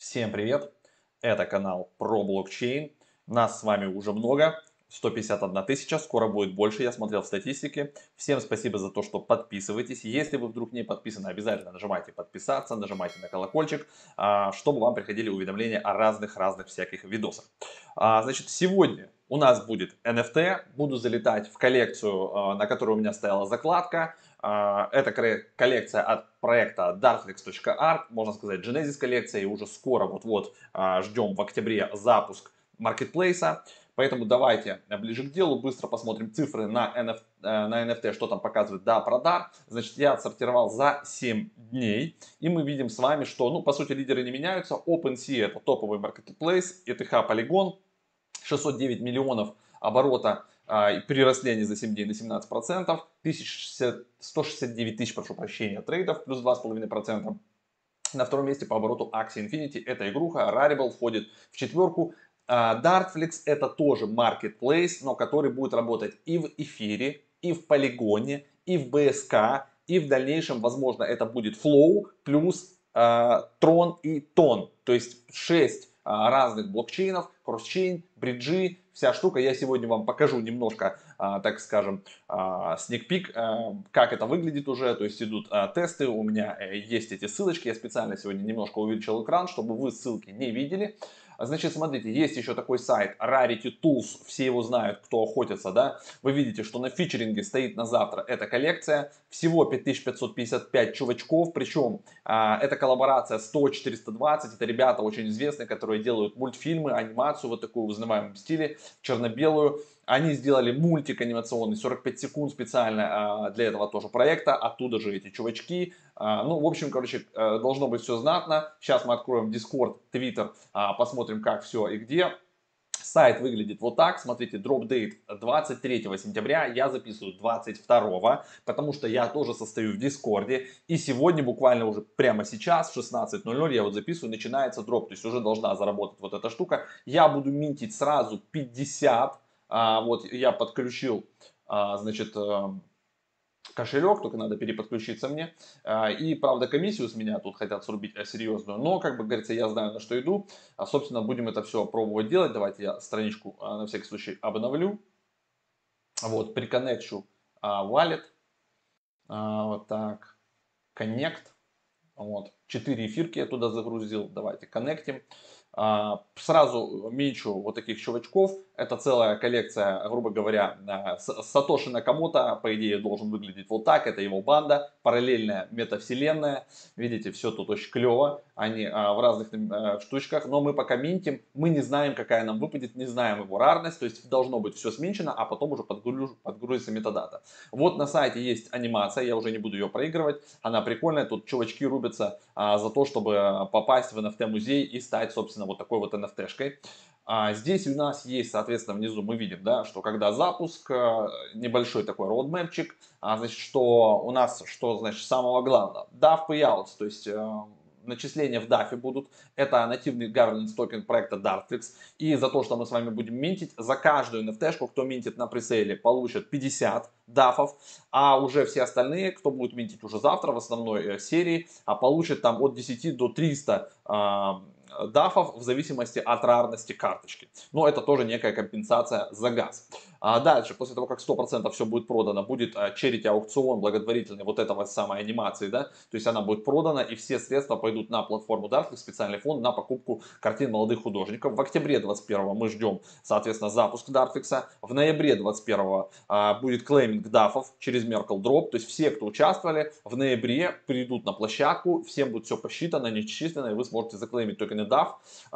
Всем привет! Это канал про блокчейн. Нас с вами уже много. 151 тысяча, скоро будет больше, я смотрел в статистике. Всем спасибо за то, что подписываетесь. Если вы вдруг не подписаны, обязательно нажимайте подписаться, нажимайте на колокольчик, чтобы вам приходили уведомления о разных всяких видосах. Значит, сегодня у нас будет NFT. Буду залетать в коллекцию, на которой у меня стояла закладка. Это коллекция от проекта darflex.art, можно сказать, Genesis коллекция, и уже скоро, вот-вот, ждем в октябре запуск маркетплейса. Поэтому давайте ближе к делу, быстро посмотрим цифры на NFT, что там показывает до продар. Значит, я отсортировал за 7 дней, и мы видим с вами, что, ну, по сути, лидеры не меняются. OpenSea это топовый маркетплейс, ETH Polygon, 609 миллионов оборота, приросли они за 7 дней на 17%, 169 тысяч, прошу прощения, трейдов, плюс 2,5%. На втором месте по обороту Axie Infinity, это игруха, Rarible входит в четверку. Dartflex это тоже marketplace, но который будет работать и в эфире, и в полигоне, и в BSK, и в дальнейшем, возможно, это будет Flow плюс Tron и Ton. То есть 6 разных блокчейнов, кросс-чейн, бриджи, вся штука. Я сегодня вам покажу немножко, так скажем, сникпик, как это выглядит уже. То есть идут тесты, у меня есть эти ссылочки. Я специально сегодня немножко увеличил экран, чтобы вы ссылки не видели. Значит, смотрите, есть еще такой сайт Rarity Tools, все его знают, кто охотится, да. Вы видите, что на фичеринге стоит на завтра эта коллекция, всего 5555 чувачков, причем это коллаборация 100-420, это ребята очень известные, которые делают мультфильмы, анимацию вот такую в узнаваемом стиле, черно-белую. Они сделали мультик анимационный, 45 секунд специально для этого тоже проекта, оттуда же эти чувачки. Ну, в общем, короче, должно быть все знатно. Сейчас мы откроем Discord, Twitter, посмотрим, как все и где. Сайт выглядит вот так. Смотрите, drop date 23 сентября. Я записываю 22, потому что я тоже состою в Дискорде. И сегодня, буквально уже прямо сейчас, в 16:00, я вот записываю, начинается дроп. То есть уже должна заработать вот эта штука. Я буду минтить сразу 50. Вот я подключил, значит, кошелек, только надо переподключиться мне. И, правда, комиссию с меня тут хотят срубить серьезную, но, как бы говорится, я знаю, на что иду. Собственно, будем это все пробовать делать. Давайте я страничку на всякий случай обновлю. Вот, приконнекчу wallet. Вот так. Connect. Вот. 4 эфирки я туда загрузил. Давайте коннектим. Сразу меньшу вот таких чувачков. Это целая коллекция, грубо говоря, Сатоши Накамото, по идее, должен выглядеть вот так. Это его банда, параллельная метавселенная. Видите, все тут очень клево. Они в разных штучках. Но мы пока минтим, мы не знаем, какая нам выпадет, не знаем его рарность. То есть должно быть все сменчено, а потом уже подгрузится метадата. Вот на сайте есть анимация, я уже не буду ее проигрывать. Она прикольная, тут чувачки рубятся за то, чтобы попасть в NFT-музей и стать, собственно, вот такой вот NFT-шкой. Здесь у нас есть, соответственно, внизу мы видим, да, что когда запуск, небольшой такой роудмэпчик, значит, что у нас, что, значит, самого главного, DAF payouts, то есть начисления в DAF будут, это нативный governance токен проекта Dartflex, и за то, что мы с вами будем минтить, за каждую NFT-шку, кто минтит на пресейле, получит 50 дафов, а уже все остальные, кто будет минтить уже завтра в основной серии, получат там от 10 до 300 дафов в зависимости от рарности карточки. Но это тоже некая компенсация за газ. Дальше, после того, как 100% все будет продано, будет черити аукцион благотворительный вот этого самой анимации, да, то есть она будет продана, и все средства пойдут на платформу Dartflex, специальный фонд, на покупку картин молодых художников. В октябре 21 мы ждем, соответственно, запуск Dartflex. В ноябре 21 будет клейминг дафов через Merkle Drop, то есть все, кто участвовали, в ноябре придут на площадку, всем будет все посчитано, нечисленно, и вы сможете заклеймить токены DAF.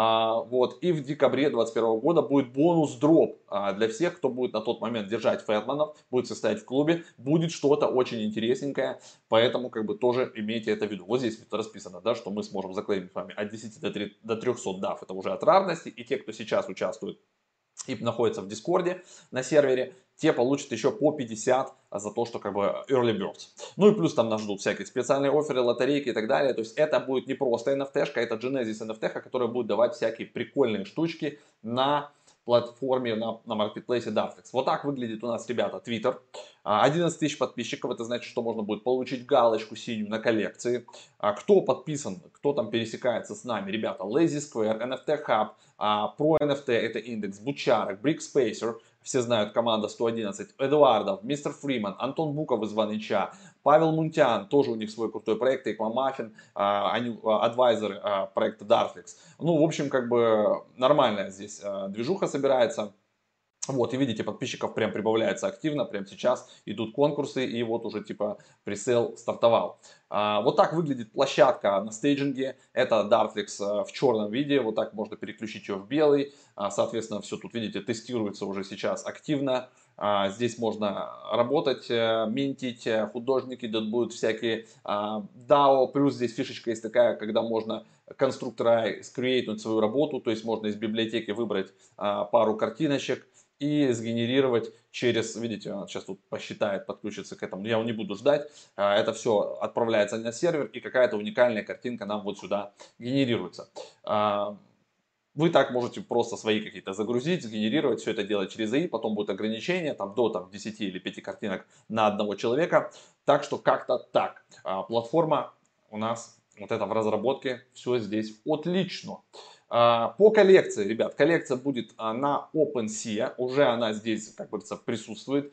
Вот. И в декабре 2021 года будет бонус дроп для всех, кто будет на тот момент держать фэтманов, будет состоять в клубе, будет что-то очень интересненькое, поэтому как бы тоже имейте это в виду. Вот здесь расписано, да, что мы сможем заклеймить с вами от 10 до 300 DAF, это уже от рарности, и те, кто сейчас участвует и находятся в Дискорде на сервере, те получат еще по 50 за то, что как бы early birds. Ну и плюс там нас ждут всякие специальные офферы, лотерейки и так далее. То есть это будет не просто NFT-шка, это Genesis NFT, которая будет давать всякие прикольные штучки на платформе, на маркетплейсе Darflex. Вот так выглядит у нас, ребята, Twitter. 11 тысяч подписчиков, это значит, что можно будет получить галочку синюю на коллекции. Кто подписан, кто там пересекается с нами, ребята, Lazy Square, NFT Hub, Pro NFT, это индекс, Бучарок, Brickspacer, все знают, команда 111, Эдуардов, Мистер Фриман, Антон Буков из Ваныча, Павел Мунтян, тоже у них свой крутой проект, Эквамаффин, они адвайзеры проекта Darflex. Ну, в общем, как бы нормальная здесь движуха собирается. Вот, и видите, подписчиков прям прибавляется активно, прям сейчас идут конкурсы, и вот уже типа пресейл стартовал. Вот так выглядит площадка на стейджинге, это Darflex в черном виде, вот так можно переключить ее в белый, соответственно, все тут, видите, тестируется уже сейчас активно. Здесь можно работать, минтить, художники, тут будут всякие DAO, плюс здесь фишечка есть такая, когда можно конструктора скрейтнуть свою работу, то есть можно из библиотеки выбрать пару картиночек, и сгенерировать через, видите, он сейчас тут посчитает, подключится к этому, я его не буду ждать, это все отправляется на сервер, и какая-то уникальная картинка нам вот сюда генерируется. Вы так можете просто свои какие-то загрузить, сгенерировать, все это делать через AI, потом будет ограничение там, до 10 или 5 картинок на одного человека, так что как-то так. Платформа у нас вот это в разработке, все здесь отлично. По коллекции, ребят, коллекция будет на OpenSea, уже она здесь, как говорится, присутствует,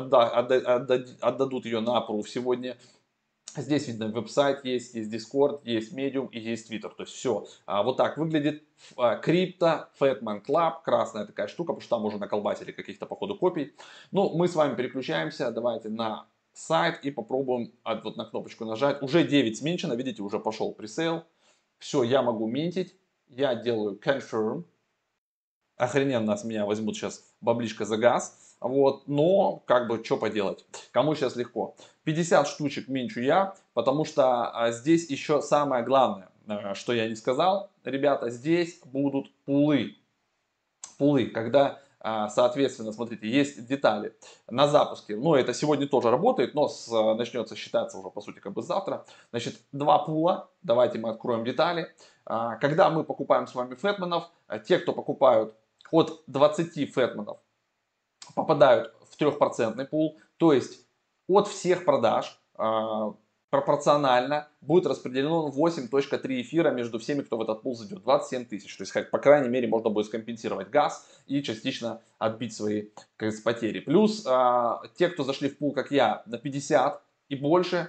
отдадут ее на approve сегодня. Здесь видно веб-сайт есть Discord, есть Medium и есть Twitter, то есть все вот так выглядит. Крипто, Fatman Club, красная такая штука, потому что там уже наколбасили каких-то по ходу копий. Ну, мы с вами переключаемся, давайте на сайт и попробуем вот на кнопочку нажать. Уже 9 сменчено, видите, уже пошел пресейл. Все, я могу минтить. Я делаю confirm. Охрененно с меня возьмут сейчас баблишко за газ. Вот, но как бы что поделать. Кому сейчас легко. 50 штучек минчу я, потому что здесь еще самое главное, что я не сказал. Ребята, здесь будут пулы. Пулы, когда, соответственно, смотрите, есть детали на запуске. Ну, это сегодня тоже работает, но начнется считаться уже, по сути, как бы завтра. Значит, два пула. Давайте мы откроем детали. Когда мы покупаем с вами фэтменов, те, кто покупают от 20 фэтменов, попадают в 3% пул. То есть от всех продаж пропорционально будет распределено 8.3 эфира между всеми, кто в этот пул зайдет. 27 тысяч. То есть, как, по крайней мере, можно будет скомпенсировать газ и частично отбить свои, как говорится, потери. Плюс те, кто зашли в пул, как я, на 50 и больше,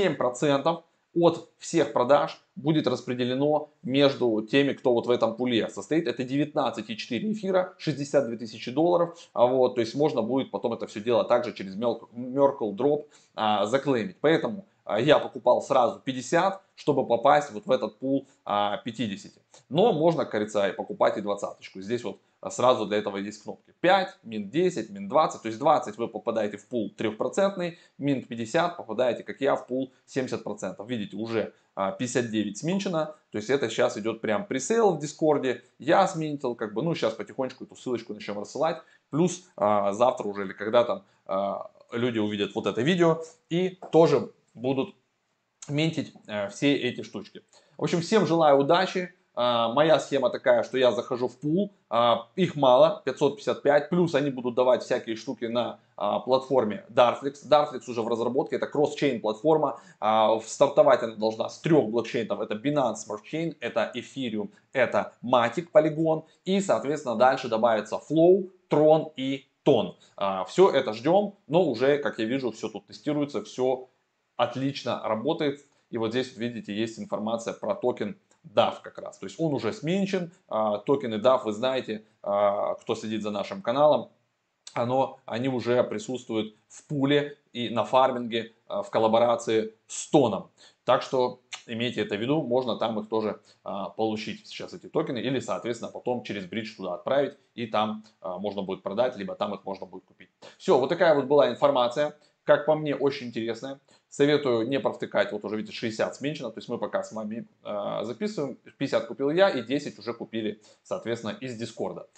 7% от всех продаж будет распределено между теми, кто вот в этом пуле состоит. Это 19,4 эфира, 62 тысячи долларов. Вот, то есть можно будет потом это все дело также через Merkle Drop заклеймить. Поэтому я покупал сразу 50, чтобы попасть вот в этот пул 50. Но можно, как говорится, покупать и 20-очку. Здесь вот сразу для этого есть кнопки 5, мин 10, мин 20. То есть 20 вы попадаете в пул 3%, мин 50 попадаете, как я, в пул 70%. Видите, уже 59 сменчено. То есть это сейчас идет прям пресейл в Дискорде. Я сменил, как бы, ну сейчас потихонечку эту ссылочку начнем рассылать. Плюс завтра уже или когда там люди увидят вот это видео и тоже будут минтить все эти штучки. В общем, всем желаю удачи. Моя схема такая, что я захожу в пул, их мало, 555, плюс они будут давать всякие штуки на платформе Darflex. Darflex уже в разработке, это кросс-чейн платформа, стартовать она должна с 3 блокчейнов, это Binance Smart Chain, это Ethereum, это Matic Polygon, и, соответственно, дальше добавится Flow, Tron и Ton. Все это ждем, но уже, как я вижу, все тут тестируется, все отлично работает. И вот здесь, видите, есть информация про токен DAF как раз. То есть он уже сменчен. Токены DAF, вы знаете, кто следит за нашим каналом, они уже присутствуют в пуле и на фарминге в коллаборации с Тоном. Так что имейте это в виду, можно там их тоже получить сейчас эти токены или, соответственно, потом через бридж туда отправить и там можно будет продать, либо там их можно будет купить. Все, вот такая вот была информация. Как по мне, очень интересная. Советую не провтыкать, вот уже видите 60 сменчено, то есть мы пока с вами записываем, 50 купил я и 10 уже купили, соответственно, из Дискорда.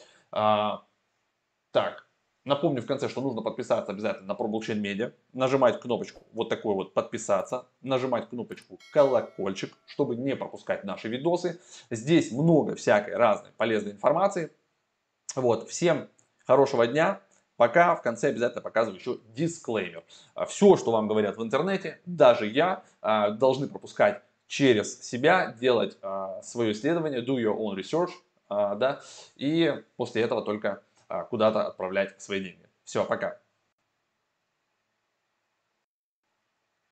Так, напомню в конце, что нужно подписаться обязательно на ProBlockchain Media, нажимать кнопочку вот такой вот подписаться, нажимать кнопочку колокольчик, чтобы не пропускать наши видосы. Здесь много всякой разной полезной информации. Вот, всем хорошего дня. Пока. В конце обязательно показываю еще дисклеймер. Все, что вам говорят в интернете, даже я, должны пропускать через себя, делать свое исследование, do your own research, да, и после этого только куда-то отправлять свои деньги. Все, пока.